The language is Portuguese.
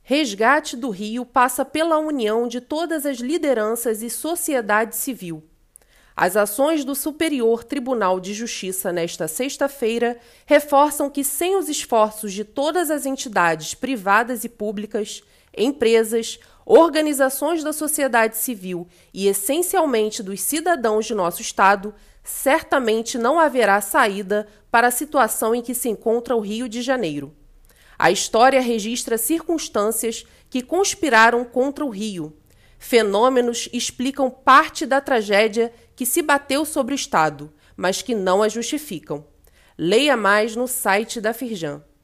Resgate do Rio passa pela união de todas as lideranças e sociedade civil. As ações do Superior Tribunal de Justiça nesta sexta-feira reforçam que, sem os esforços de todas as entidades privadas e públicas, empresas, organizações da sociedade civil e, essencialmente, dos cidadãos de nosso Estado, certamente não haverá saída para a situação em que se encontra o Rio de Janeiro. A história registra circunstâncias que conspiraram contra o Rio. Fenômenos explicam parte da tragédia que se bateu sobre o Estado, mas que não a justificam. Leia mais no site da Firjan.